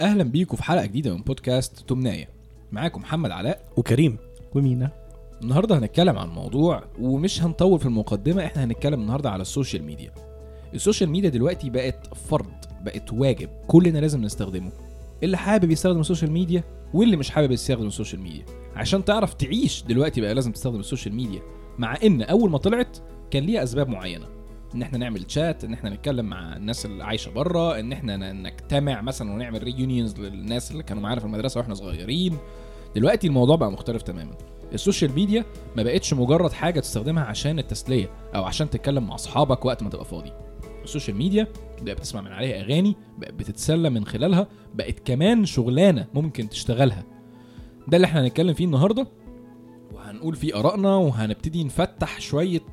اهلا بيكم في حلقه جديده من بودكاست تمنايه. معاكم محمد علاء وكريم ومينا. النهارده هنتكلم عن موضوع ومش هنطول في المقدمه. احنا هنتكلم النهارده على السوشيال ميديا. السوشيال ميديا دلوقتي بقت فرض، بقت واجب، كلنا لازم نستخدمه. اللي حابب يستخدم السوشيال ميديا واللي مش حابب يستخدم السوشيال ميديا. عشان تعرف تعيش دلوقتي بقى لازم تستخدم السوشيال ميديا، مع ان اول ما طلعت كان ليها اسباب معينه، ان احنا نعمل تشات، ان احنا نتكلم مع الناس اللي عايشه بره، ان احنا نجتمع مثلا ونعمل ريونيونز للناس اللي كانوا معانا في المدرسه واحنا صغيرين. دلوقتي الموضوع بقى مختلف تماما. السوشيال ميديا ما بقتش مجرد حاجه تستخدمها عشان التسليه او عشان تتكلم مع اصحابك وقت ما تبقى فاضي. السوشيال ميديا بقت بتسمع من عليها اغاني، بقت بتتسلى من خلالها، بقت كمان شغلانه ممكن تشتغلها. ده اللي احنا هنتكلم فيه النهارده، وهنقول فيه آرائنا، وهنبتدي نفتح شويه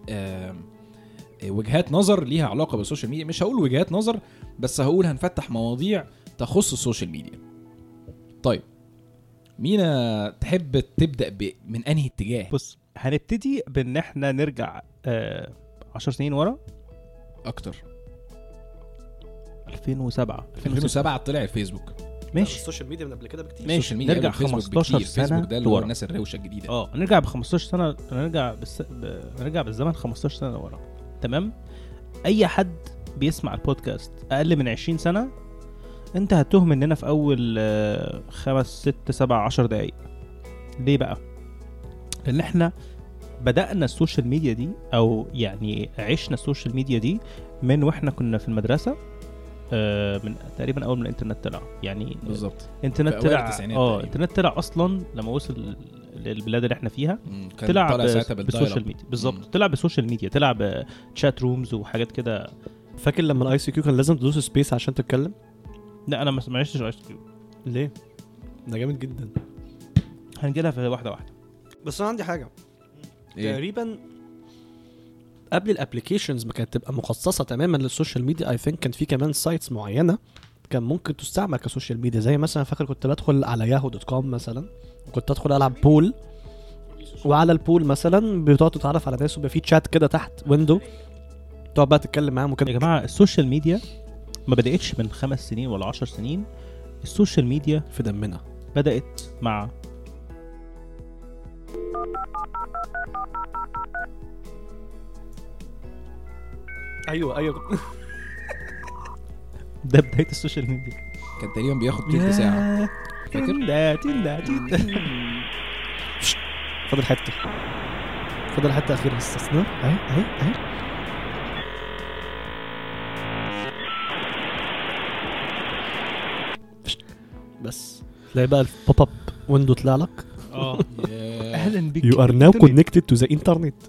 وجهات نظر ليها علاقه بالسوشيال ميديا. مش هقول وجهات نظر، بس هقول هنفتح مواضيع تخص السوشيال ميديا. طيب مينا، تحب تبدا من انهي اتجاه؟ بص، هنبتدي بان احنا نرجع 10 سنين ورا اكتر. 2007 طلع الفيسبوك. ماشي. السوشيال ميديا من قبل كده بكتير. السوشيال ميديا نرجع قبل الفيسبوك 15 بكتير. سنة الفيسبوك ده اللي هو ورا. الناس الروشه الجديده. نرجع ب 15 سنه، نرجع بالزمن 15 سنه ورا. تمام. اي حد بيسمع البودكاست اقل من 20 سنه انت هتتوه مننا في اول 5 6 7 10 دقايق. ليه بقى؟ لان احنا بدأنا السوشيال ميديا دي، او يعني عشنا السوشيال ميديا دي من واحنا كنا في المدرسه، من تقريبا اول ما الانترنت طلع. يعني بالظبط انترنت طلع اصلا لما وصل للبلاد اللي احنا فيها. طلع بالسوشيال ميديا. بالظبط، طلع بالسوشيال ميديا، طلع بشات رومز وحاجات كده. فاكر لما الاي سي كيو كان لازم تدوس سبيس عشان تتكلم؟ لا، انا ما عشتش اي سي كيو. ليه؟ ده جامد جدا. هنجيلها في واحده واحده. بس انا عندي حاجه. إيه؟ تقريبا قبل الابليكيشنز ما كانت تبقى مخصصه تماما للسوشيال ميديا، اي ثينك كان في كمان سايتس معينه كان ممكن تستعمل كسوشيال ميديا. زي مثلا فاكر كنت بدخل على yahoo.com مثلا، كنت ادخل العب بول، وعلى البول مثلا بتقعد تتعرف على ناس، وبقى في تشات كده تحت ويندو تقعد بقى تتكلم معاهم وكده. يا جماعه، السوشيال ميديا ما بدأتش من 5 سنين ولا 10 سنين. السوشيال ميديا في دمنا. بدأت مع ايوه ده بداية السوشيال ميديا. كان تقريبا بياخد تلت ساعه. فاكر؟ فضل حته اخيره استثناء. اهي بس تلاقي بقى البوب اب ويندو طلع لك. اهلا بك. You are now connected to the internet.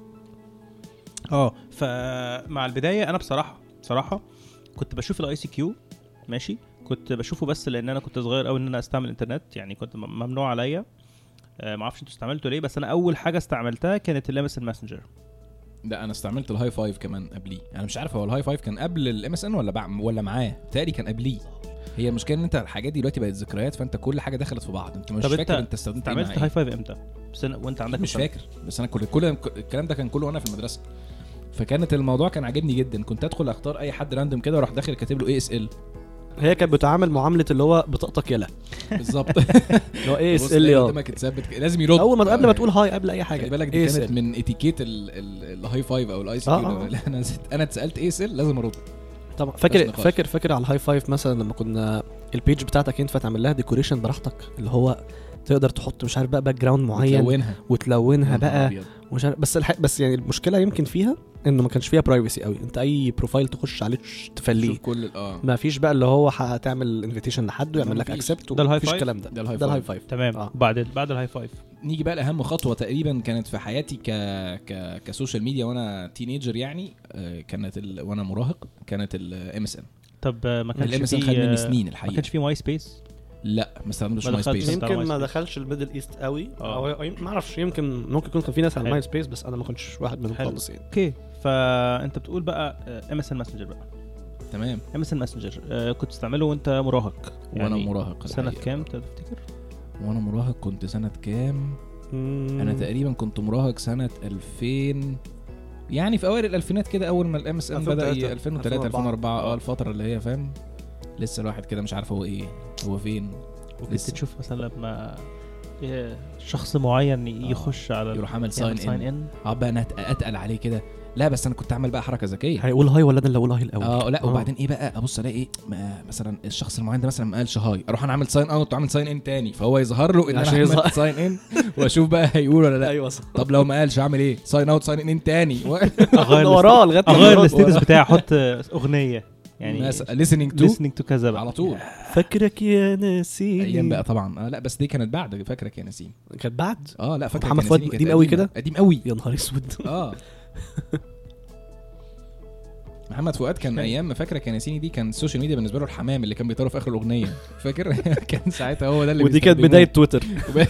فمع البداية انا بصراحة كنت بشوف الاي سي كيو. ماشي، كنت بشوفه بس لان انا كنت صغير قوي ان انا استعمل الانترنت. يعني كنت ممنوع عليا. ما اعرفش انتوا استعملتوا ليه، بس انا اول حاجة استعملتها كانت الامس الماسنجر. لا، انا استعملت الهاي فايف كمان قبليه. انا مش عارف هو الهاي فايف كان قبل الام اس ان ولا معاه. تقريبا كان قبليه. هي المشكله ان انت الحاجات دي دلوقتي بقت ذكريات، فانت كل حاجه دخلت في بعض. انت مش فاكر انت استخدمت ايه. استعملت هاي فايف امتى؟ بس وانت عندك مش فاكر، بس انا كل الكلام ده كان كله وانا في المدرسه. فكانت الموضوع كان عاجبني جدا. كنت ادخل اختار اي حد راندوم كده واروح داخل كاتب له ASL. هي كانت بتعامل معامله اللي هو بطاقتك يلا بالظبط. لو ASL قدامك اتثبت لازم يرد اول ما قبل ما تقول هاي قبل اي حاجه. خلي بالك دي كانت من اتيكيت الهاي فايف او الاي سي كيو. انا اتسالت ASL لازم ارد. طبعا فاكر على الهاي فايف مثلا لما كنا البيج بتاعتك ينفع تعمل لها ديكوريشن براحتك، اللي هو تقدر تحط مش عارف بقى باك جراوند معين وتلونها بقى مش عارف. بس يعني المشكله يمكن فيها انه ما كانش فيها برايفسي قوي. انت اي بروفايل تخش عليه تفليه كل ما فيش بقى اللي هو هتعمل انفيتيشن لحد ويعمل لك اكسبت. ده الهاي فايف. الكلام ده الهاي فايف. تمام. بعد الهاي فايف نيجي بقى لاهم خطوه تقريبا كانت في حياتي كسوشيال ميديا وانا تينيجر. يعني كانت وانا مراهق كانت الام اس ان. طب ما كانش في خد مني سنين الحقيقه. ما كانش في ماي سبيس. لا، ما استخدمتش ماي سبيس. يمكن ما دخلش الميدل ايست قوي او ما اعرفش. ممكن يكون كان في ناس على ماي سبيس بس انا ما كنتش واحد منهم خالص يعني. اوكي، فانت بتقول بقى MSN ماسنجر بقى. تمام. MSN ماسنجر كنت تستعمله وانت مراهق. وانا مراهق سنه كام تفتكر؟ وانا مراهق كنت سنه كام؟ انا تقريبا كنت مراهق سنه 2000، يعني في اوائل الالفينات كده، اول ما الام اس ان بدا 2003 2004. الفتره اللي هي فاهم لسه الواحد كده مش عارف هو ايه، هو فين. وكنت لسه. تشوف مثلا لما شخص معين يخش على يروح عامل ساين ان ان بقى انا اتقل عليه كده. لا بس انا كنت اعمل بقى حركه ذكيه. هيقول هاي ولا انا اللي اقول هاي الاول؟ لا وبعدين ايه بقى، ابص الاقي ايه مثلا الشخص المعين ده مثلا ما قالش هاي، اروح انا اعمل ساين اوت وعامل ساين ان تاني، فهو يظهر له ان انا عملت ساين ان واشوف بقى هيقول ولا لا. ايوه صح. طب لو ما قالش اعمل ايه؟ ساين اوت ساين ان تاني وراه لغايه اغير الستيتس بتاعي، احط اغنيه يعني listening to كذا بقى على طول. فاكرك يا نسيم ايام بقى طبعا. لا بس دي كانت بعد فاكرك يا نسيم. كانت بعد. لا فاكرك محمد يا فؤاد نسيم قديم قوي كده، قديم قوي يا نهار اسود. محمد فؤاد كان ايام فاكرك يا نسيني دي كان السوشيال ميديا بالنسبه له الحمام اللي كان بيطيره في اخر الاغنيه، فاكر؟ كان ساعتها هو ده اللي ودي كانت بدايه تويتر.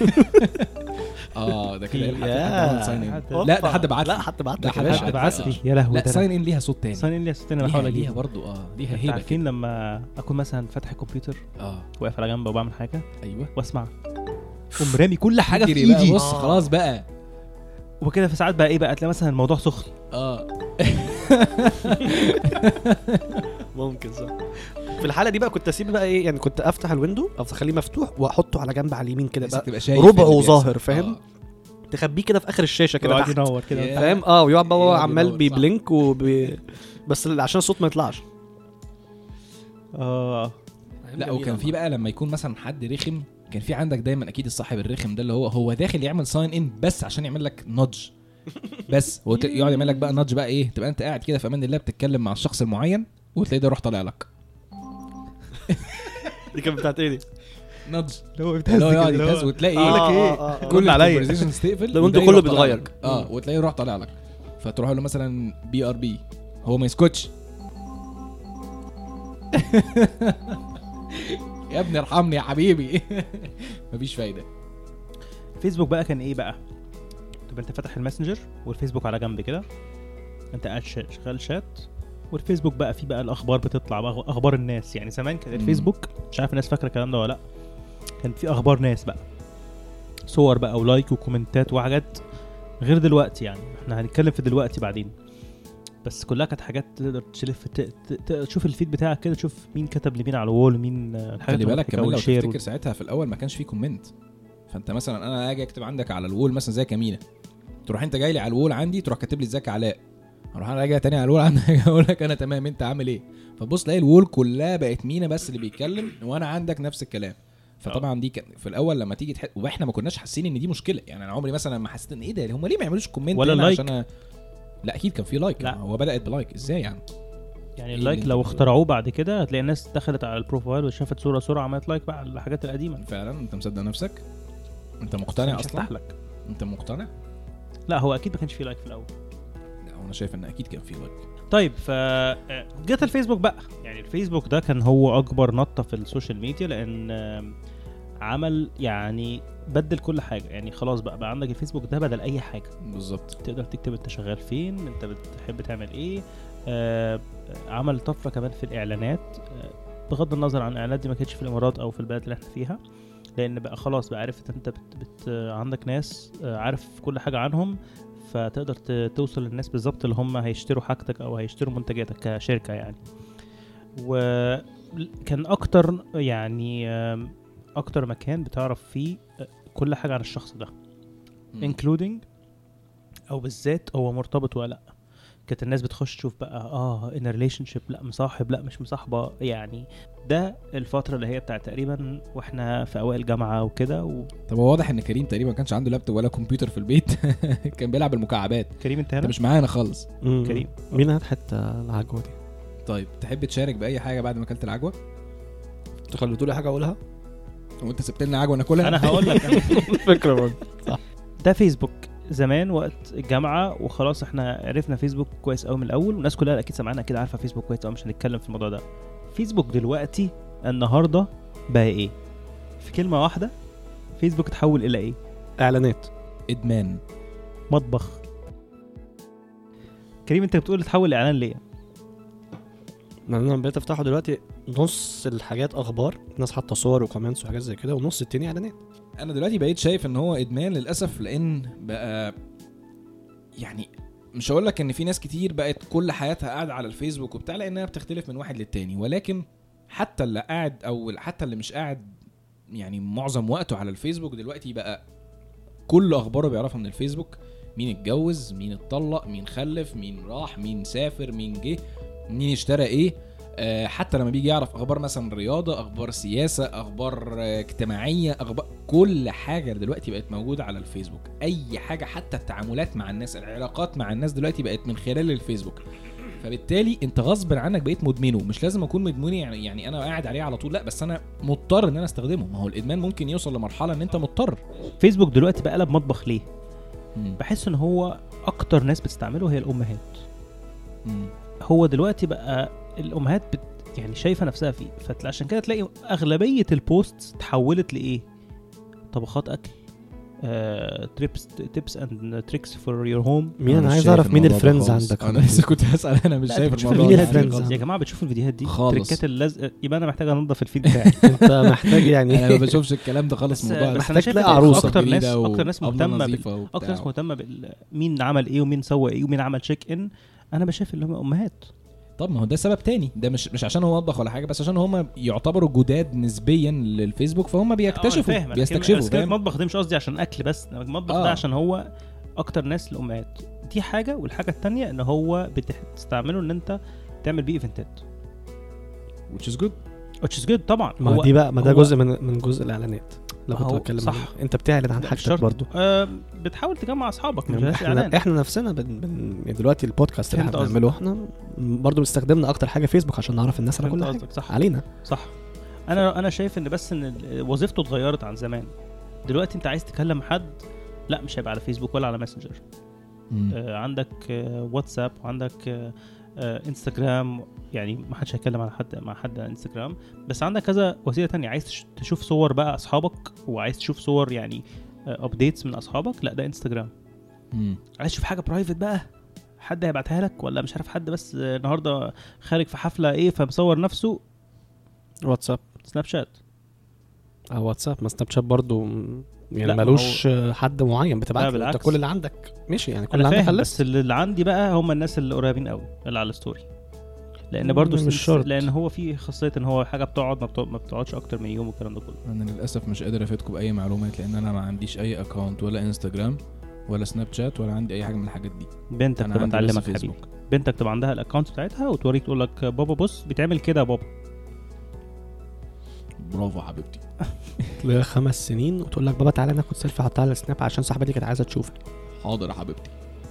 ده كده لا ده حد بعت، لا حد بعت، حد بعت لي يا لهوي. لا ساين ان ليها صوت تاني، ساين ان ليها صوت تاني، بحاول اجيبها ليها برضو ليها هيبه. عارفين لما اكون مثلا فاتح الكمبيوتر واقف على جنب وبعمل حاجه، ايوه، واسمع رامي كل حاجه في ايدي، بص خلاص بقى وكده. في ساعات بقى ايه بقى، تلاقي مثلا الموضوع سخن ممكن صح. في الحاله دي بقى كنت اسيب بقى ايه يعني، كنت افتح الويندو او اخليه مفتوح واحطه على جنب على اليمين كده بقى ربعه ظاهر، فاهم؟ تخبيه كده في اخر الشاشه كده تحت، ينور كده، فاهم؟ ويقعد بقى عمال بيبلينك بس عشان الصوت ما يطلعش. لا وكان في بقى لما يكون مثلا حد رخم، كان في عندك دايما اكيد الصاحب الرخم ده اللي هو داخل يعمل ساين ان بس عشان يعمل لك نودج، بس هو يقعد يعمل لك بقى نودج بقى ايه، تبقى انت قاعد كده في امان الله بتتكلم مع الشخص المعين وتلاقي ده يروح طالع لك. دي كانت بتاعت ايه دي؟ نودج اللي هو يقعد يتهز وتلاقي اقول لك ايه كل الكونفرسيشنز تقفل الويندو كله بيتغير وتلاقيه يروح طالع لك، فتروح له مثلا BRB هو ما يسكتش. يا ابني ارحمني يا حبيبي. مفيش فايده. فيسبوك بقى كان ايه بقى، تبقى انت فاتح الماسنجر والفيسبوك على جنب كده، انت قاعد شغال شات، والفيسبوك بقى فيه بقى الاخبار بتطلع بقى، اخبار الناس. يعني زمان كان الفيسبوك مش عارف الناس فاكره الكلام ده ولا لا، كان في اخبار ناس بقى، صور بقى ولايك وكومنتات وحاجات غير دلوقتي. يعني احنا هنتكلم في دلوقتي بعدين، بس كلها كانت حاجات تقدر تشلف تشوف الفيد بتاعك كده، تشوف مين كتب لمين على الوول، مين الحاجات اللي بالك كمان. لو تفتكر ساعتها في الاول ما كانش فيه كومنت، فانت مثلا انا اجي اكتب عندك على الوول مثلا زي كمينه، تروح انت جاي لي على الوول عندي تروح كاتب لي ازيك علاء، اروح انا راجع تاني على الوول عندك اقول لك انا تمام انت عامل ايه، فبص تلاقي الوول كلها بقت مينا بس اللي بيتكلم وانا عندك نفس الكلام. فطبعا دي كان في الاول لما تيجي واحنا ما كناش حاسين ان دي مشكله. يعني انا عمري مثلا ما حسيت ان ايه ده هم ليه ما يعملوش كومنت ولا لايك عشان لا اكيد كان في لايك. هو بدات بلايك ازاي يعني اللايك لو اخترعوه بعد كده هتلاقي الناس دخلت على البروفايل وشافت صوره عملت لايك بقى على الحاجات القديمه. فعلا انت مصدق نفسك؟ انت مقتنع اصلا؟ لك. انت مقتنع؟ لا هو اكيد ما كانش فيه لايك في الاول. لا انا شايف ان اكيد كان فيه لايك. طيب جت الفيسبوك بقى. يعني الفيسبوك ده كان هو اكبر نطه في السوشيال ميديا، لان عمل يعني بدل كل حاجه. يعني خلاص بقى عندك الفيسبوك ده بدل اي حاجه بالظبط. تقدر تكتب انت شغال فين، انت بتحب تعمل ايه. عمل طفره كمان في الاعلانات، بغض النظر عن الاعلانات دي ما كانتش في الامارات او في البلد اللي احنا فيها، لان بقى خلاص بقى عرفت انت عندك ناس عارف كل حاجه عنهم، فتقدر توصل للناس بالظبط اللي هم هيشتروا حاجتك او هيشتروا منتجاتك كشركه يعني. وكان اكتر يعني اكتر مكان بتعرف فيه كل حاجه عن الشخص ده including او بالذات هو مرتبط ولا لا. كانت الناس بتخش تشوف بقى in a relationship، لا مصاحب، لا مش مصاحبه. يعني ده الفتره اللي هي بتاع تقريبا واحنا في اوائل الجامعه وكده طب هو واضح ان كريم تقريبا ما كانش عنده لابتوب ولا كمبيوتر في البيت. كان بيلعب المكعبات. كريم انت هنا مش معانا خالص. كريم مين هتحط العجوه دي؟ طيب تحب تشارك باي حاجه بعد ما اكلت العجوه؟ تخليتوا لي حاجه اقولها وانت سبت لنا عجوه ناكلها. انا هقول لك فكره برضه صح. ده فيسبوك زمان وقت الجامعه، وخلاص احنا عرفنا فيسبوك كويس قوي من الاول، والناس كلها اكيد سمعنا كده عارفه فيسبوك كويس قوي، مش هنتكلم في الموضوع ده. فيسبوك دلوقتي النهارده بقى ايه؟ في كلمه واحده فيسبوك تحول الى ايه؟ اعلانات، ادمان، مطبخ. كريم انت بتقول تحول لاعلان ليه؟ انا بقيت افتحه دلوقتي نص الحاجات اخبار، ناس حاطه صور وكومنتس وحاجات زي كده، ونص التاني اعلانات. انا دلوقتي بقيت شايف ان هو ادمان للاسف، لان بقى يعني مش هقول لك ان في ناس كتير بقت كل حياتها قاعده على الفيسبوك وبتاع، لانها بتختلف من واحد للتاني، ولكن حتى اللي قاعد او حتى اللي مش قاعد يعني معظم وقته على الفيسبوك دلوقتي بقى كل اخباره بيعرفها من الفيسبوك. مين اتجوز، مين اتطلق، مين خلف، مين راح، مين سافر، مين جه، مين اشترى ايه. حتى لما بيجي يعرف اخبار مثلا رياضه، اخبار سياسه، اخبار اجتماعيه، اخبار كل حاجه دلوقتي بقت موجوده على الفيسبوك. اي حاجه حتى التعاملات مع الناس، العلاقات مع الناس دلوقتي بقت من خلال الفيسبوك. فبالتالي انت غصب عنك بقيت مدمنه. مش لازم اكون مدمنه يعني انا قاعد عليه على طول، لا، بس انا مضطر ان انا استخدمه. ما هو الادمان ممكن يوصل لمرحله ان انت مضطر. فيسبوك دلوقتي بقى قلب مطبخ ليه؟ بحس ان هو اكتر ناس بتستعمله هي الامهات. هو دلوقتي بقى الامهات يعني شايفه نفسها فيه، فعشان كده تلاقي اغلبيه البوست تحولت لايه؟ طبخات اكل، تيبس اند تريكس فور يور هوم. مين انا عايز اعرف مين الفريندز عندك. انا لسه كنت هسال، انا مش شايف الموضوع ده. يا جماعه بتشوفوا الفيديوهات دي تريكات اللزق، يبقى انا محتاج انضف الفيد بتاعي. انت محتاج يعني انا ما بشوفش الكلام ده خالص. موضوع محتاج تلاقي عروسه. اكتر ناس مهتمه مين عمل ايه ومين سوى ايه ومين عمل تشيك ان. انا بشوف اللي هم امهات. طب ما هو ده سبب تاني، ده مش عشان هو مطبخ ولا حاجه، بس عشان هم يعتبروا جداد نسبيا للفيسبوك، فهم بيكتشفوا بيستكشفوا. كلمه مطبخ دي مش قصدي عشان اكل بس، المطبخ ده عشان هو اكتر ناس الامهات. دي حاجه. والحاجه التانية ان هو بتستعمله ان انت تعمل بيه ايفنتات which is good طبعا. ما دي بقى ما ده جزء من جزء الاعلانات. لو كنت بتكلم انت بتعلن عن حاجتك برضو، بتحاول تجمع اصحابك. احنا نفسنا دلوقتي البودكاست اللي احنا بنعمله احنا برضو بنستخدمنا اكتر حاجه فيسبوك عشان نعرف الناس على كل حاجه. صح. علينا صح. انا شايف ان بس ان وظيفته اتغيرت عن زمان. دلوقتي انت عايز تكلم حد، لا مش هيبقى على فيسبوك ولا على ماسنجر. عندك واتساب وعندك انستغرام. يعني ما حدش هيتكلم مع حد على انستغرام، بس عندك كذا وسيله تانية. عايز تشوف صور بقى اصحابك، وعايز تشوف صور يعني ابديتس من اصحابك، لا ده انستغرام. عايز تشوف حاجه برايفت بقى، حد هيبعتها لك ولا مش عارف، حد بس النهارده خارج في حفله ايه فمصور نفسه، واتساب، سناب شات. واتساب ما سناب شات برضو يعني مالوش حد معين بتبعت له. انت كل اللي عندك ماشي يعني، كل اللي عندك بس اللي عندي بقى هم الناس اللي قريبين قوي اللي على الستوري. لان برضو لان هو في خاصيه ان هو حاجه بتقعد ما بتقعدش اكتر من يوم والكلام ده كله. انا للاسف مش قادر افيدكم باي معلومات، لان انا ما عنديش اي اكونت ولا انستغرام ولا سناب شات ولا عندي اي حاجه من الحاجات دي. بنتك تبقى تعلمك حبيبي، بنتك تبقى عندها الاكونت بتاعتها وتوريك تقول لك بابا بص بيتعمل كده يا بابا. برافو حبيبتي. ل 5 سنين وتقول لك بابا تعالى ناخد سيلفي حطها على السناب عشان صاحبتي كانت عايزه تشوفك. حاضر يا حبيبتي.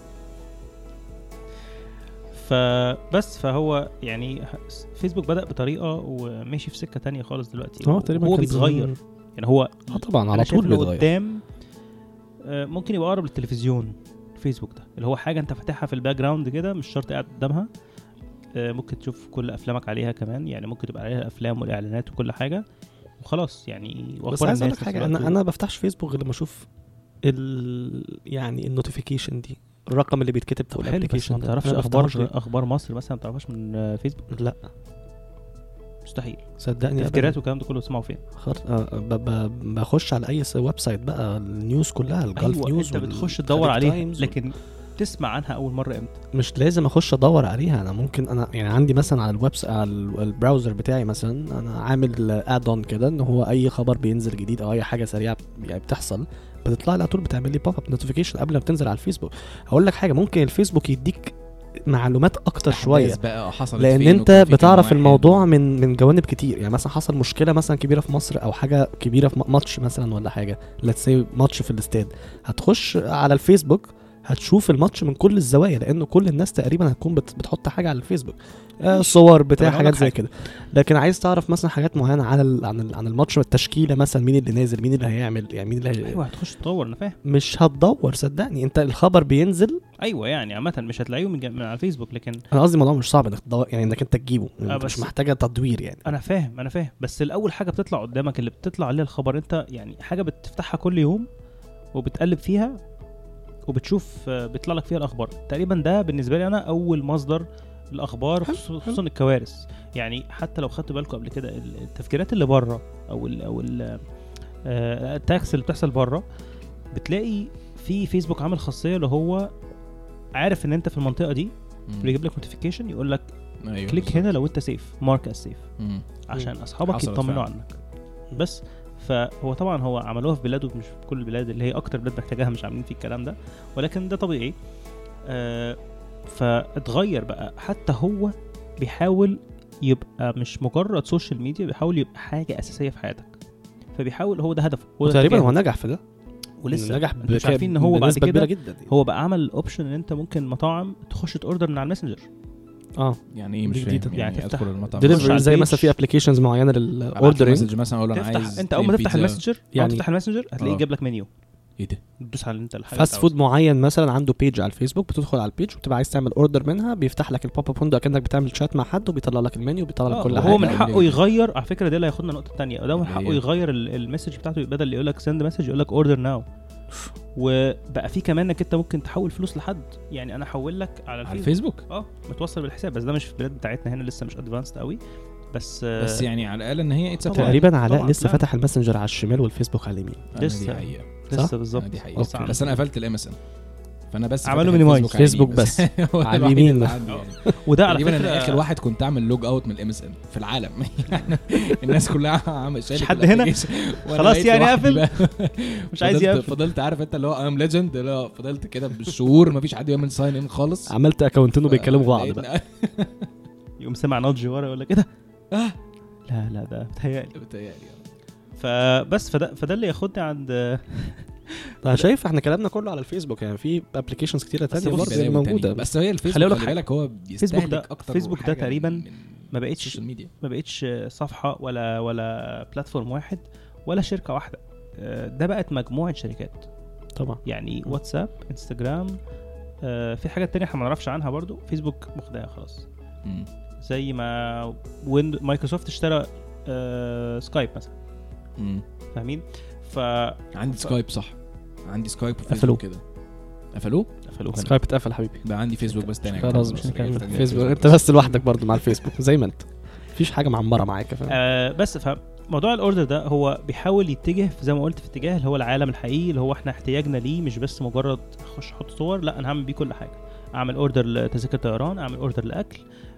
فبس فهو يعني فيسبوك بدأ بطريقه وماشي في سكه تانية خالص دلوقتي. هو بيتغير يعني. هو طبعا على طول بيتغير. قدام ممكن يبقى اقرب للتلفزيون. فيسبوك ده اللي هو حاجه انت فاتحها في الباك جراوند كده، مش شرط قاعد قدامها. ممكن تشوف كل افلامك عليها كمان، يعني ممكن تبقى عليها الافلام والاعلانات وكل حاجه وخلاص يعني. بس عايز اقول لك حاجه، انا بفتحش فيسبوك غير لما اشوف يعني النوتيفيكيشن دي، الرقم اللي بيتكتب فوق الابلكيشن. ما تعرفش اخبار مصر مثلا ما تعرفش من فيسبوك؟ لا مستحيل صدقني. تفكيرات والكلام ده كله تسمعه فين؟ بخش على اي ويب سايت بقى، النيوز كلها، الجلف نيوز. انت بتخش تدور عليها لكن تسمع عنها اول مره امتى؟ مش لازم اخش ادور عليها. انا ممكن انا يعني عندي مثلا على على البراوزر بتاعي مثلا انا عامل ادون كده ان هو اي خبر بينزل جديد او اي حاجه سريعه يعني بتحصل بتطلع لي على طول، بتعمل لي بوب اب نوتيفيكيشن قبل ما بتنزل على الفيسبوك. هقول لك حاجه، ممكن الفيسبوك يديك معلومات اكتر شويه لان انت بتعرف الموضوع من جوانب كتير. يعني مثلا حصل مشكله مثلا كبيره في مصر او حاجه كبيره في ماتش مثلا ولا حاجه، ليتس سي ماتش في الاستاد، هتخش على الفيسبوك هتشوف الماتش من كل الزوايا، لانه كل الناس تقريبا هتكون بتحط حاجه على الفيسبوك، صور بتاع حاجات زي كده. لكن عايز تعرف مثلا حاجات معينه عن الماتش والتشكيله، مثلا مين اللي نازل، مين اللي هيعمل، يعني مين اللي ايوه هتخش تدور. انا فاهم مش هتدور صدقني، انت الخبر بينزل. ايوه يعني عامه مش هتلاقيه من على الفيسبوك. لكن انا قصدي الموضوع مش صعب انك تدور، يعني انك انت تجيبه، مش محتاجه تدوير يعني. انا فاهم بس الاول حاجه بتطلع قدامك اللي بتطلع عليها الخبر، انت يعني حاجه بتفتحها كل يوم وبتقلب فيها وبتشوف بيطلع لك فيها الاخبار. تقريبا ده بالنسبه لي انا اول مصدر الاخبار، خصوصا الكوارث. يعني حتى لو خدتوا بالكم قبل كده التفجيرات اللي بره او التاكس اللي بتحصل بره، بتلاقي في فيسبوك عامل خاصيه اللي هو عارف ان انت في المنطقه دي، بيجيب لك نوتيفيكيشن يقول لك أيوة كليك بالظبط. هنا لو انت سيف، مارك از سيف، مم. عشان اصحابك حصلت يطمنوا فعلا. عنك. بس فهو طبعا هو عملوها في بلاد ومش في كل البلاد، اللي هي اكتر بلاد محتاجاها مش عاملين فيه الكلام ده، ولكن ده طبيعي. فاتغير بقى، حتى هو بيحاول يبقى مش مجرد سوشيال ميديا، بيحاول يبقى حاجه اساسيه في حياتك. فبيحاول، هو ده هدفه، هو ده تقريبا اتجاهه. هو نجح في ده، ولسه نجح مش عارفين ان هو بعد بنسبة كده كبيرة جدا. هو بقى عمل اوبشن ان انت ممكن مطاعم تخش تاوردر من على الماسنجر. يعني ايه مش دي فاهم؟ جديدة. يعني يعني تفتح ادخل المطعم دليفري دليفري على زي البيج. مثلا في ابلكيشنز معينه للاوردرنج، مسج مثلا اقول له انا عايز تفتح انت اول ما تفتح الماسنجر، يعني تفتح الماسنجر هتلاقيه آه. جاب لك منيو، ايه ده؟ تدوس على انت الحاجه فاست اللي فود معين مثلا عنده بيج على الفيسبوك، بتدخل على البيج وبتبقى عايز تعمل اوردر منها، بيفتح لك البوب اب ويندو كأنك بتعمل شات مع حد، وبيطلع لك المنيو، بيطلع لك كل هو حاجه. من حاجة. حقه يغير على فكره. ده اللي هياخدنا نقطه تانية، ده من اللي حقه هي؟ يغير المسج بتاعته، بدل يقول لك سند مسج يقول لك اوردر ناو. وبقى في كمان انك انت ممكن تحول فلوس لحد، يعني انا احول لك على الفيسبوك. متوصل بالحساب، بس ده مش في البلاد بتاعتنا هنا، لسه مش ادفانسد قوي. بس يعني على الاقل ان هي طبعاً. تقريبا علاء طبعاً. لسه لا. فتح الماسنجر على الشمال والفيسبوك على اليمين. لسه. دي حقيقة. لسه بالظبط. دي حقيقة. لسه بس انا قفلت الام اس ان، فانا بس عملوا فاتح minimize. الفيسبوك فيسبوك على اليمين بس. هو على الوحيد اليمين اللي بس. عندي يعني. وده على تقريبا فكره انا اخر واحد كنت اعمل لوج اوت من الام اس ان في العالم. الناس كلها عامله شايله حد هنا؟ خلاص يعني قافل. مش عايز يقفل. فضلت عارف انت اللي هو ام ليجند، اللي هو فضلت كده بالشهور مفيش حد يعمل ساين ان خالص. عملت اكونتين وبيتكلموا بعض بقى. يقوم سمع نضج ورا يقول لك ايه ده؟ لا ده بتهيألي. فبس فده اللي ياخدني عند انا شايف احنا كلامنا كله على الفيسبوك، يعني في ابلكيشنز كتيره بس تانية بص، برضه موجوده. بس هي خلي الفيسبوك أقول لك خلي حاجة. بالك هو بيستهلك ده- اكتر فيسبوك ده حاجة تقريباً من ما بقتش السوشيال ميديا. صفحه ولا بلاتفورم واحد ولا شركه واحده. ده بقت مجموعه شركات طبعا يعني. واتساب، انستجرام، في حاجات تانية احنا ما نعرفش عنها برضو. فيسبوك مخدها خلاص، مم. زي ما مايكروسوفت اشترى سكايب مثلا، مم. فاهمين؟ عندي سكايب صح، عندي سكايب قفلوه. وفيسبوك كده. قفلوه قفلوه هنا. سكايب اتقفل حبيبي. بقى عندي فيسبوك بس تاني. خلاص مش هنتكلم في فيسبوك انت بس لوحدك برضه مع الفيسبوك زي ما انت، مفيش حاجه معمره معاك فاهم. بس فموضوع الاوردر ده هو بيحاول يتجه زي ما قلت في اتجاه اللي هو العالم الحقيقي، اللي هو احنا احتياجنا ليه، مش بس مجرد اخش احط صور، لا انا هعمل بيه كل حاجه. اعمل اوردر لتذاكر طيران، اعمل اوردر لاكل،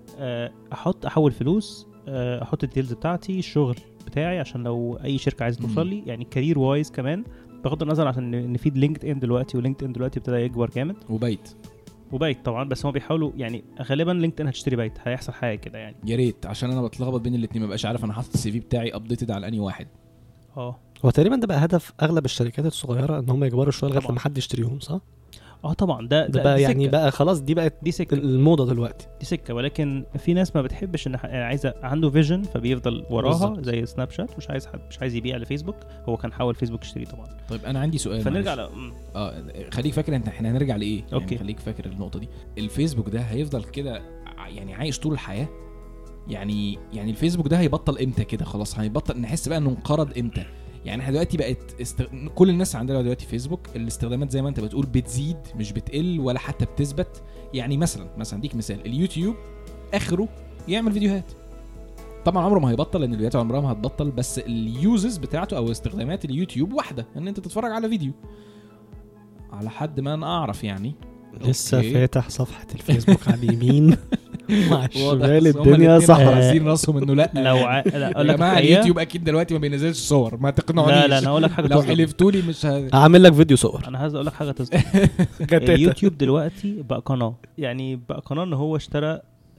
احول فلوس، احط الديلز بتاعتي، الشغل بتاعي عشان لو اي شركه عايزه توصل لي، يعني كارير وايز كمان، بغض النظر عشان نفيد لينكد ان دلوقتي، ولينكد ان دلوقتي ابتدى يكبر جامد، وبايت طبعا. بس هم بيحاولوا يعني غالبا لينكد ان هتشتري بايت، هيحصل حاجه كده يعني. يا ريت، عشان انا بتلخبط بين الاثنين، ما بقاش عارف انا حاطط السي في بتاعي ابديتد على انهي واحد. هو تقريبا ده بقى هدف اغلب الشركات الصغيره، ان هم يكبروا شويه لغايه طبعاً. لما حد يشتريهم، صح؟ طبعا ده بقى دي يعني سكة. بقى خلاص دي بقت دي سكه، الموضه دلوقتي. دي سكه. ولكن في ناس ما بتحبش ان عايزه، عنده فيجن فبيفضل وراها بالزبط. زي سناب شات، مش عايز يبيع لفيسبوك. هو كان حاول فيسبوك يشتري طبعا. طيب انا عندي سؤال، فنرجع معلش. خليك فاكر احنا هنرجع لايه. أوكي. يعني خليك فاكر النقطه دي. الفيسبوك ده هيفضل كده يعني عايش طول الحياه؟ يعني الفيسبوك ده هيبطل امتى كده؟ خلاص هيبطل نحس بقى انه انقرض امتى؟ يعني احنا دلوقتي بقت كل الناس عندنا دلوقتي فيسبوك، الاستخدامات زي ما انت بتقول بتزيد مش بتقل ولا حتى بتثبت. يعني مثلا اديك مثال، اليوتيوب اخره يعمل فيديوهات، طبعا عمره ما هيبطل لان الفيديوهات عمرها ما هتبطل، بس اليوزز بتاعته او استخدامات اليوتيوب واحده، ان انت تتفرج على فيديو على حد ما انا اعرف يعني. لسه أوكي. فاتح صفحه الفيسبوك على اليمين مع الشمال، بس هما الدنيا الاتنين صح. راسين راسهم انه لا لو لا اقول يا لك جماعه الحقيقة- اليوتيوب اكيد دلوقتي ما بينزلش صور، ما تقنعونيش. لا انا اقول لك حاجه لو تصدق. حلفتولي مش اعمل لك فيديو صور. انا عايز اقول لك حاجه تصدق. اليوتيوب دلوقتي بقى قناه، يعني بقى قناه ان هو اشترى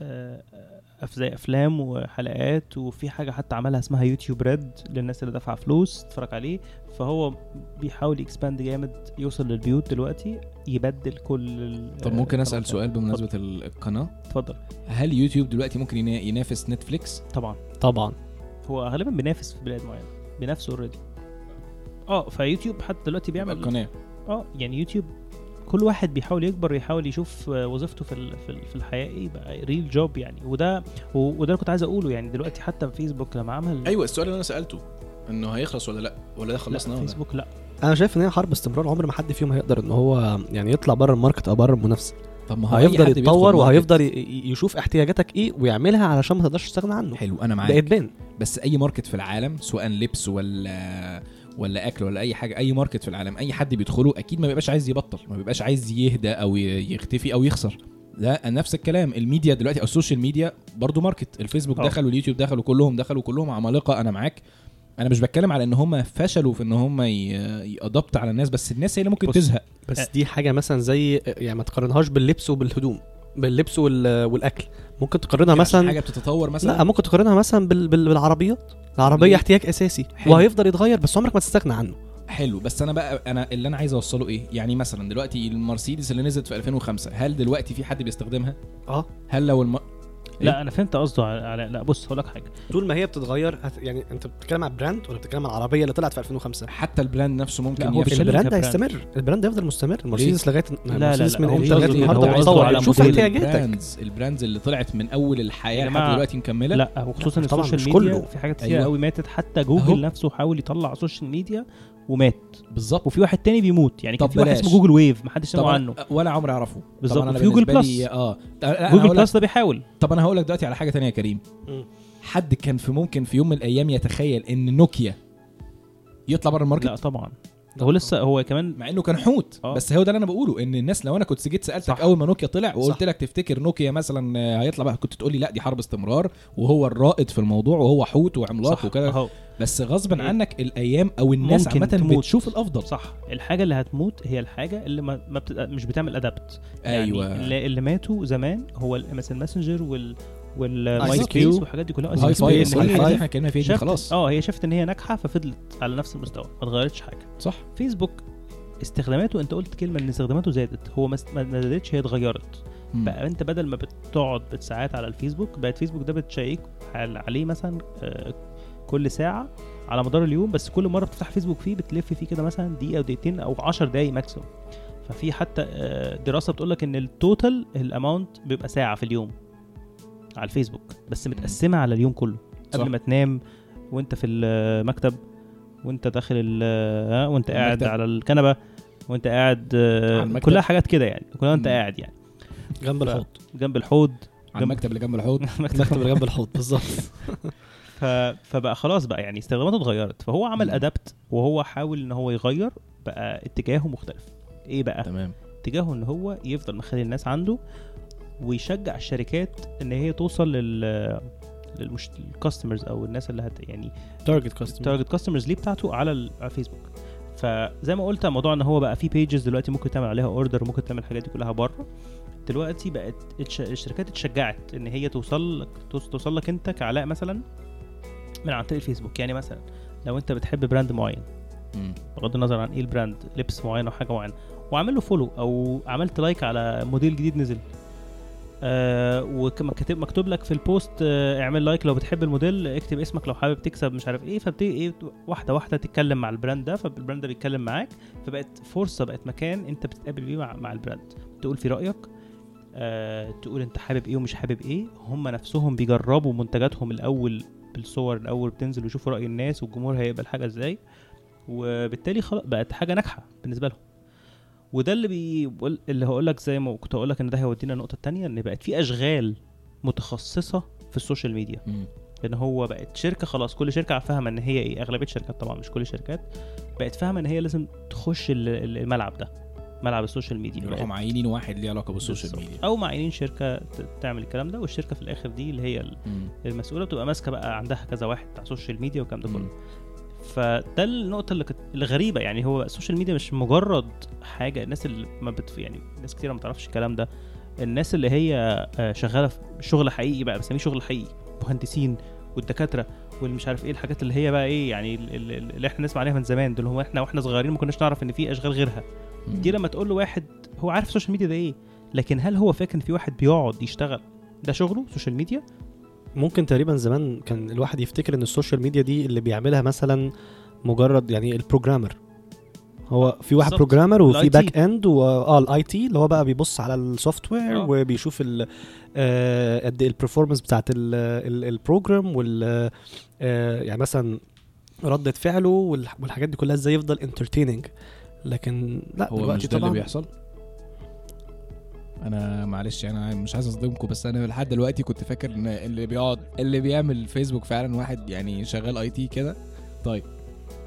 زي افلام وحلقات، وفي حاجه حتى عملها اسمها يوتيوب ريد للناس اللي دافعه فلوس تتفرج عليه. فهو بيحاول يكسباند جامد، يوصل للبيوت دلوقتي، يبدل كل طب ممكن اسال سؤال بمناسبه القناه؟ اتفضل. هل يوتيوب دلوقتي ممكن ينافس نتفليكس؟ طبعا هو غالبا بينافس في بلاد معينه، بينافس اوريدي. فيوتيوب حتى دلوقتي بيعمل القناه يعني يوتيوب كل واحد بيحاول يكبر، يحاول يشوف وظيفته في الحياه ايه بقى، ريل جوب يعني. وده اللي كنت عايز اقوله يعني. دلوقتي حتى فيسبوك لما عمل ايوه السؤال اللي انا سالته انه هيخلص ولا لا، ولا ده خلصنا لا ولا فيسبوك لا. انا شايف ان هي حرب استمرار، عمر ما حد فيهم هيقدر ان هو يعني يطلع بره الماركت او بره المنافسه. طب ما هو هيفضل يتطور وهيفضل يشوف احتياجاتك ايه ويعملها علشان ما تقدرش تستغنى عنه. حلو انا معاك، بقت بين. بس اي ماركت في العالم سواء لبس ولا اكل ولا اي حاجه، اي ماركت في العالم اي حد بيدخله اكيد ما بيبقاش عايز يبطل، ما بيبقاش عايز يهدى او يختفي او يخسر. لا نفس الكلام. الميديا دلوقتي او السوشيال ميديا برضو ماركت. الفيسبوك دخل واليوتيوب دخل وكلهم عمالقه. انا معاك، انا مش بتكلم على ان هم فشلوا في ان هم يادبت على الناس، بس الناس هي اللي ممكن تزهق. بس دي حاجه مثلا زي يعني ما تقارنهاش باللبس وبالهدوم، باللبس والاكل. ممكن تقارنها مثلا حاجه بتتطور مثلا. لا ممكن تقارنها مثلا بالعربيات. العربيه احتياج اساسي وهيفضل يتغير، بس عمرك ما تستغنى عنه. حلو. بس انا اللي انا عايز اوصله ايه، يعني مثلا دلوقتي المرسيدس اللي نزلت في 2005 هل دلوقتي في حد بيستخدمها؟ هل لو لا انا فهمت قصده على لا بص هقول لك حاجه. طول ما هي بتتغير يعني انت بتتكلم على براند ولا بتتكلم على العربيه اللي طلعت في 2005؟ حتى البراند نفسه ممكن هو البراند هيستمر، البراند هيفضل مستمر. المرسيدس لغايه المرسيدس من امتى لغايه النهارده بتطور. شوف احتياجاتك. البراندز اللي طلعت من اول الحياه لحد دلوقتي مكمله. لا وخصوصا السوشيال ميديا في حاجات كتير قوي ماتت. حتى جوجل نفسه حاول يطلع سوشيال ميديا ومات بالظبط، وفي واحد تاني بيموت. يعني كان في واحد اسمه جوجل ويف محدش سمع عنه ولا عمري اعرفه بالظبط. في جوجل بلس جوجل بلس ده بيحاول. طب انا هقول لك دلوقتي على حاجه تانية يا كريم. حد كان ممكن في يوم من الايام يتخيل ان نوكيا يطلع بره الماركت؟ لا طبعا. هو لسه هو كمان مع انه كان حوت. بس هو ده اللي انا بقوله، ان الناس لو انا كنت جيت سالتك صح. اول ما نوكيا طلع وقلت لك تفتكر نوكيا مثلا هيطلع بقى، كنت تقول لي لا دي حرب استمرار وهو الرائد في الموضوع وهو حوت وعملاق وكده. بس غصبا عنك الايام او الناس عامه بتشوف الافضل. صح. الحاجه اللي هتموت هي الحاجه اللي ما مش بتعمل ادابت. ايوه يعني اللي ماتوا زمان هو مثلا ماسنجر والماي سبيس والحاجات دي كلها. احنا كنا فيه خلاص. هي شافت ان هي ناجحه ففضلت على نفس المستوى ما اتغيرتش حاجه. صح. فيسبوك استخداماته، انت قلت كلمه ان استخداماته زادت، هو ما زادتش، هي اتغيرت. بقى انت بدل ما بتقعد بالساعات على الفيسبوك، بقت فيسبوك ده بتشيك عليه مثلا كل ساعه على مدار اليوم. بس كل مره بتفتح فيسبوك فيه بتلف فيه كده مثلا دقيقه او دقيقتين او 10 دقايق ماكسيموم. ففي حتى دراسه بتقول لك ان التوتال الاماونت بيبقى ساعه في اليوم على الفيسبوك، بس متقسمه على اليوم كله. قبل ما تنام، وانت في المكتب، وانت داخل وانت قاعد على الكنبه، وانت قاعد كلها حاجات كده يعني. كلها انت قاعد يعني جنب الحوض على المكتب اللي جنب الحوض المكتب اللي جنب الحوض بالظبط. فبقى خلاص بقى يعني استخداماته اتغيرت. فهو عمل ادابت وهو حاول ان هو يغير. بقى اتجاهه مختلف. ايه بقى؟ تمام. اتجاهه ان هو يفضل مخلي الناس عنده، ويشجع الشركات ان هي توصل للكاستمرز او الناس اللي يعني تارجت كاستمرز ليه بتاعته على الفيسبوك. فزي ما قلت موضوع ان هو بقى في بيجز دلوقتي ممكن تعمل عليها اوردر وممكن تعمل الحاجات دي كلها بره. دلوقتي بقت الشركات اتشجعت ان هي توصل لك انت كعلاء مثلا من عن طريق الفيسبوك. يعني مثلا لو انت بتحب براند معين، بغض النظر عن ايه البراند، لبس معين او حاجه معينه، وعمل له فولو او عملت لايك على موديل جديد نزل، ومكتوب لك في البوست اعمل لايك لو بتحب الموديل، اكتب اسمك لو حابب تكسب مش عارف ايه. فبتبتدي ايه واحده واحده تتكلم مع البراند ده، فالبراند ده بيتكلم معاك، فبقت فرصه، بقت مكان انت بتتقابل بيه مع البراند، تقول في رايك، تقول انت حابب ايه ومش حابب ايه. هم نفسهم بيجربوا منتجاتهم الاول بالصور الاول، بتنزل ويشوفوا راي الناس والجمهور هيقبل حاجه ازاي، وبالتالي خلاص بقت حاجه ناجحه بالنسبه لهم. وده اللي هقول لك، زي ما كنت هقول لك ان ده هيودينا النقطه الثانيه، ان بقت في اشغال متخصصه في السوشيال ميديا. لان هو بقت شركه خلاص، كل شركه فاهمه ان هي ايه، اغلبيه الشركات طبعا مش كل الشركات، بقت فاهمه ان هي لازم تخش الملعب ده، ملعب السوشيال ميديا. يروحوا معينين واحد ليه علاقه بالسوشيال ميديا، او معينين شركه تعمل الكلام ده، والشركه في الاخر دي اللي هي المسؤوله بتبقى ماسكه بقى، عندها كذا واحد بتاع السوشيال ميديا والكلام ده كله. فده النقطه اللي غريبه. يعني هو السوشيال ميديا مش مجرد حاجه، الناس اللي ما يعني ناس كتير ما تعرفش الكلام ده. الناس اللي هي شغاله في شغل حقيقي بقى، بسميه شغل حقيقي، مهندسين والدكاتره والمش عارف ايه الحاجات اللي هي بقى ايه، يعني اللي احنا نسمع عليها من زمان، دول هو احنا واحنا صغيرين ما كناش نعرف ان في اشغال غيرها دي. لما تقول له واحد هو عارف السوشيال ميديا ده ايه، لكن هل هو فاكر ان في واحد بيقعد يشتغل ده شغله سوشيال ميديا؟ ممكن تقريبا زمان كان الواحد يفتكر ان السوشيال ميديا دي اللي بيعملها مثلا مجرد يعني البروجرامر، هو في واحد بروجرامر وفي باك اند الاي تي اللي هو بقى بيبص على السوفت وير وبيشوف قد ايه البرفورمانس بتاعت البروجرام وال يعني مثلا ردة فعله والحاجات دي كلها ازاي يفضل انترتيننج. لكن لا هو مش ده اللي بيحصل. انا معلش انا مش عايز اصدمكم، بس انا لحد دلوقتي كنت فاكر ان اللي بيعمل فيسبوك فعلا واحد يعني شغال اي تي كده. طيب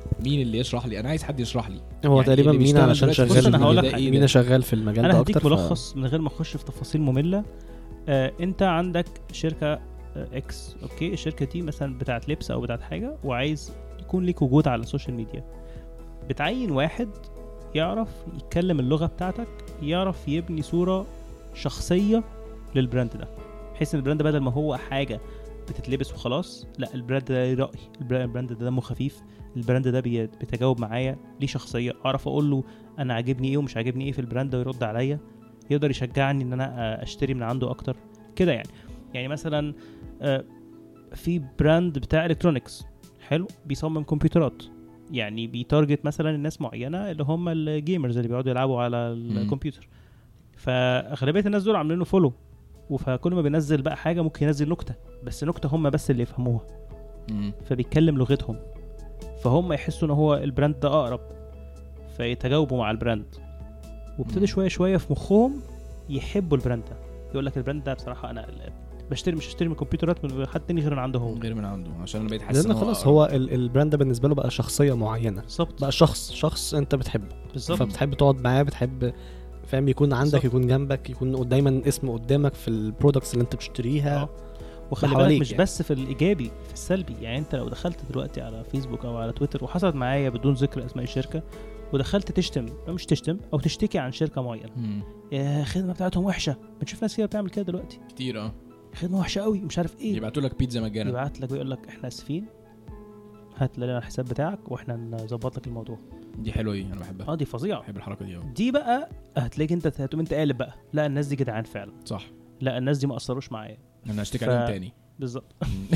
مين اللي يشرح لي؟ انا عايز حد يشرح لي. هو يعني تقريبا اللي مين بيشتغل علشان دلوقتي في شغال بص أنا هقول لك ده إيه مين ده؟ شغال في المجال انا ده هديك اكتر ملخص من غير ما اخش في تفاصيل ممله. انت عندك شركه اكس، اوكي، الشركه دي مثلا بتاعت لبس او بتاعت حاجه، وعايز يكون ليك وجود على السوشيال ميديا. بتعين واحد يعرف يتكلم اللغه بتاعتك، يعرف يبني صوره شخصيه للبراند ده، بحيث ان البراند بدل ما هو حاجه بتتلبس وخلاص، لا البراند ده ليه رأي، البراند ده دمه خفيف، البراند ده بيتجاوب معايا، ليه شخصيه، اعرف اقول له انا عاجبني ايه ومش عاجبني ايه في البراند ده ويرد عليا، يقدر يشجعني ان انا اشتري من عنده اكتر كده. يعني مثلا في براند بتاع الكترونكس حلو بيصمم كمبيوترات، يعني بيتارجت مثلا الناس معينه اللي هم الجيمرز اللي بيقعدوا يلعبوا على الكمبيوتر، فاغلبيه الناس دول عاملينه فولو، فكل ما بينزل بقى حاجه ممكن ينزل نكته، بس نكته هم بس اللي يفهموها، فبيتكلم لغتهم، فهم يحسوا ان هو البراند ده اقرب، فيتجاوبوا مع البراند، وابتدي شويه شويه في مخهم يحبوا البراند ده. يقول لك البراند ده بصراحه انا مش هشتري من كمبيوترات من حد تاني غير من عنده هو، غير من عنده، عشان انا بقيت حاسس لان خلاص هو البراند ده بالنسبه له بقى شخصيه معينه، بالظبط، بقى شخص انت بتحبه بالظبط، فبتحب تقعد معاه، بتحب فاهم يكون عندك بالزبط. يكون جنبك، يكون دايما اسمه قدامك في البرودكتس اللي انت بتشتريها. وخلي بالك مش يعني. بس في الايجابي، في السلبي. يعني انت لو دخلت دلوقتي على فيسبوك او على تويتر، وحصلت معايا بدون ذكر اسماء الشركه، ودخلت تشتم او مش تشتم او تشتكي عن شركه معينه، يا الخدمه بتاعتهم وحشه، بنشوف ناس كده بتعمل كده دلوقتي كتير. خدمه وحشه قوي مش عارف ايه، يبعتوا لك بيتزا مجانا، يبعت لك ويقول لك احنا اسفين، هات لنا الحساب بتاعك واحنا نظبط لك الموضوع. دي حلوه، دي انا بحبها، دي فظيعه، بحب الحركه دي قوي. دي بقى هتلاقيك انت هتقوم انت قالب بقى، لا الناس دي جدعان فعلا، صح، لا الناس دي ما اثروش معايا، انا هشتكي عليهم تاني. بالظبط.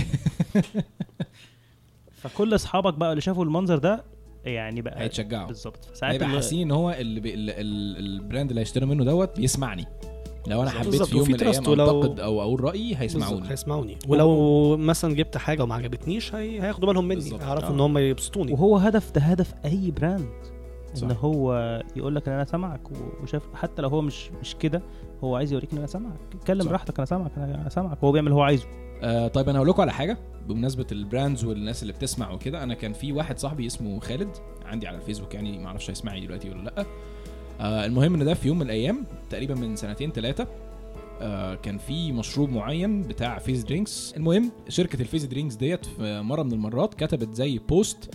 فكل اصحابك بقى اللي شافوا المنظر ده يعني بقى هيتشجعوا بالظبط، هيبقى حاسين ان هو البراند اللي هيشتري منه دوت بيسمعني، لو انا حبيت بالزبط. في يوم من الايام ولو... انتقد او اقول رايي هيسمعوني. ولو مثلا جبت حاجه وما عجبتنيش هياخدوا بالهم مني، بالزبط. هيعرفوا ان هم يبسطوني. وهو هدف اي براند صح. ان هو يقول لك انا سامعك وشاف، حتى لو هو مش كده، هو عايز يوريك ان انا سامعك، اتكلم براحتك، انا سامعك وهو بيعمل اللي هو عايزه. طيب انا هقول لكم على حاجه بمناسبه البراندز والناس اللي بتسمع وكده. انا كان في واحد صاحبي اسمه خالد عندي على الفيسبوك، يعني ما اعرفش هيسمعني دلوقتي ولا لا. المهم ان ده في يوم من الايام تقريبا من 2-3 كان في مشروب معين بتاع فيز درينكس. المهم شركه الفيز درينكس ديت في مره من المرات كتبت زي بوست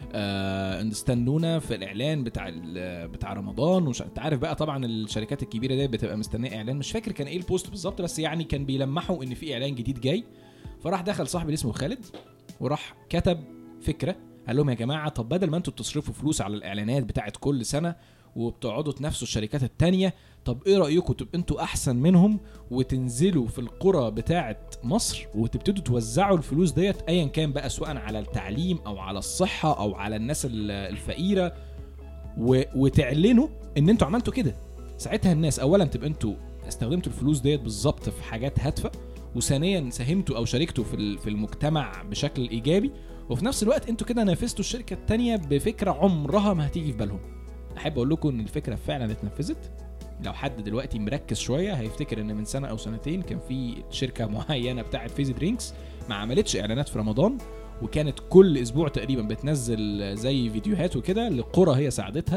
استنونا في الاعلان بتاع رمضان، ومش انت عارف بقى طبعا الشركات الكبيره دي بتبقى مستنيه اعلان، مش فاكر كان ايه البوست بالظبط، بس يعني كان بيلمحوا ان في اعلان جديد جاي. فراح دخل صاحبي اللي اسمه خالد وراح كتب فكره، قال لهم يا جماعه طب بدل ما انتوا بتصرفوا فلوس على الاعلانات بتاعت كل سنه وبتقعدوا تنافسوا الشركات التانية، طب ايه رأيكم تبقوا انتوا احسن منهم وتنزلوا في القرى بتاعت مصر وتبتدوا توزعوا الفلوس ديت ايا كان بقى، سواء على التعليم او على الصحة او على الناس الفقيرة، وتعلنوا ان انتوا عملتوا كده. ساعتها الناس اولا تبقى انتوا استخدمتوا الفلوس ديت بالظبط في حاجات هادفة، وثانيا ساهمتوا او شاركتوا في المجتمع بشكل ايجابي، وفي نفس الوقت انتوا كده نافستوا الشركة التانية بفكرة عمرها ما هتيجي في بالهم. احب اقول لكم ان الفكره فعلا اتنفذت. لو حد دلوقتي مركز شويه هيفتكر ان من سنه او سنتين كان في شركه معينه بتاعه فيز درينكس ما عملتش اعلانات في رمضان، وكانت كل اسبوع تقريبا بتنزل زي فيديوهات وكده لقرى هي ساعدتها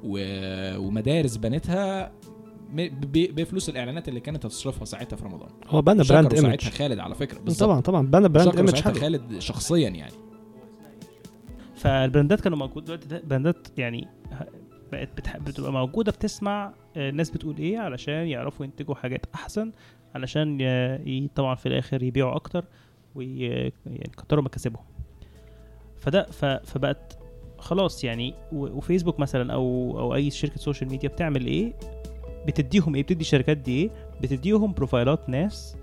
ومدارس بنتها بفلوس الاعلانات اللي كانت هتصرفها ساعتها في رمضان. هو بنى براند ايمج ساعتها خالد على فكره بالظبط. طبعا بنى براند ايمج حلو خالد شخصيا يعني. فالبراندات كانوا موجود دلوقتي، براندات يعني بتبقى موجودة بتسمع الناس بتقول ايه علشان يعرفوا ينتجوا حاجات احسن، علشان طبعا في الاخر يبيعوا اكتر ويكتروا مكاسبهم. فده فبقت خلاص يعني. وفيسبوك مثلا او اي شركة سوشيال ميديا بتعمل ايه؟ بتديهم ايه؟ بتدي الشركات دي ايه؟ بتديهم بروفايلات ناس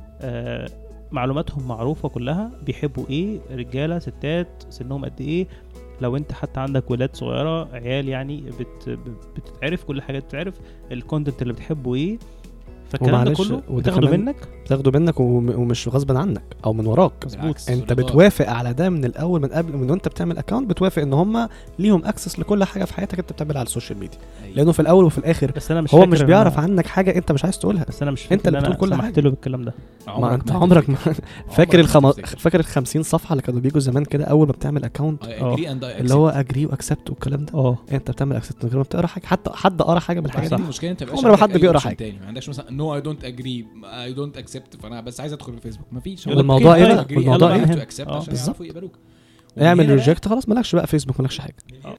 معلوماتهم معروفة كلها، بيحبوا ايه، رجالة ستات، سنهم قد ايه. لو انت حتى عندك ولاد صغيرة عيال يعني بتتعرف كل حاجة، بتتعرف الكونتنت اللي بتحبه ايه. فالكلام ده ومعلش، كله وده بتاخده كمان منك. بتاخده منك ومش غصب عنك او من وراك. بالعكس، انت رضا. بتوافق على ده من الاول، من قبل من وانت بتعمل اكونت بتوافق ان هم ليهم اكسس لكل حاجه في حياتك انت بتعملها على السوشيال ميديا، أيوة. لانه في الاول وفي الاخر بس انا مش هو فاكر مش إن بيعرف أنا- عنك حاجه انت مش عايز تقولها. بس انا مش انت فاكر اللي إن أنا بتقول كل سمحت حاجة. له بالكلام ده. ما انت عمرك عمرك ما فاكر هتفتكر. فاكر ال 50 صفحه اللي كانوا بيجوا زمان كده اول ما بتعمل اكونت، I agree and I اللي هو accept. اجري واكسبت والكلام ده. اه انت بتعمل اكسبت من غير ما بتقرا حاجه، حتى حد قرا حاجه من الحاجات بعدين دي. المشكله انت عمر ما حد بيقرا حاجة. تاني، ما عندكش مثلا نو اي دونت اجري اي دونت اكسبت، فانا بس عايز ادخل الفيسبوك مفيش. يقول لك والموضوع أوكي، ايه طيب، بقى؟ والموضوع يلا ايه؟ بقى تو هنا. اكسبت آه. عشان بالظبط. يعرفوا يقبلوك. اعمل وهنا بقى- ريجكت خلاص، مالكش بقى فيسبوك، مالكش حاجه.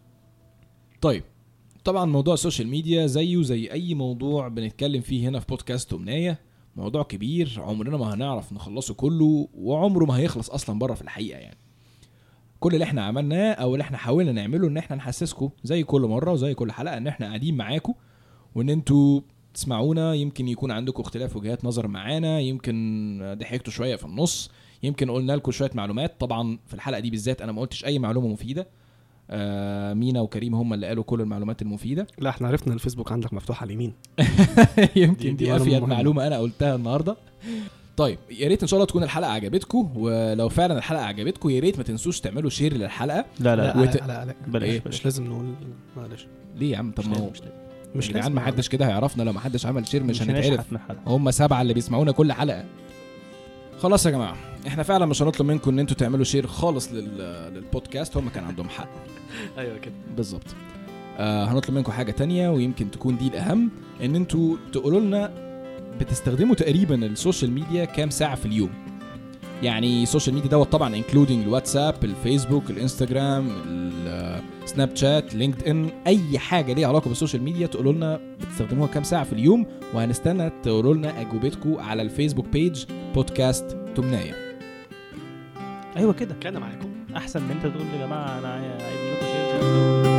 طيب طبعا موضوع السوشيال ميديا زيه زي اي موضوع بنتكلم فيه هنا في بودكاست أمنية، موضوع كبير عمرنا ما هنعرف نخلصه كله، وعمره ما هيخلص اصلا بره في الحقيقه. يعني كل اللي احنا عملناه او اللي احنا حاولنا نعمله ان احنا نحسسكم زي كل مره وزي كل حلقه ان احنا قاعدين معاكم، وان انتوا تسمعونا. يمكن يكون عندكم اختلاف وجهات نظر معانا، يمكن ضحكتوا شويه في النص، يمكن قلنا لكم شويه معلومات. طبعا في الحلقه دي بالذات انا ما قلتش اي معلومه مفيده، مينا وكريم هم اللي قالوا كل المعلومات المفيده. لا احنا عرفنا الفيسبوك عندك مفتوح على اليمين. يمكن دي دي معلومة افيد مهمة. معلومه انا قلتها النهارده. طيب يا ريت ان شاء الله تكون الحلقه عجبتكم، ولو فعلا الحلقه عجبتكم يا ريت ما تنسوش تعملوا شير للحلقه. لا لا لا وت- لا بلاش إيه؟ بلاش. مش لازم نقول، معلش ليه يا عم؟ طب ما هو مش يا جدعان لازم. ما حدش كده هيعرفنا، لو ما حدش عمل شير مش هنتعرف. هنشحت من حد. هم 7 اللي بيسمعونا كل حلقه. خلاص يا جماعه، احنا فعلا مش هنطلب منكم ان انتوا تعملوا شير خالص للبودكاست، هم كان عندهم حق. ايوه كده بالظبط. هنطلب منكم حاجه تانية ويمكن تكون دي الاهم، ان انتوا تقولوا لنا بتستخدموا تقريبا السوشيال ميديا كام ساعه في اليوم. يعني السوشيال ميديا دوت طبعا انكلودينج الواتساب، الفيسبوك، الانستجرام، السناب شات، لينكد ان، اي حاجه ليها علاقه بالسوشيال ميديا تقولوا لنا بتستخدموها كام ساعه في اليوم، وهنستنى تقولوا لنا اجوبتكم على الفيسبوك بيج بودكاست تمناية. ايوه كده كان معاكم احسن من انت تقول يا جماعه انا عايز لكم شير.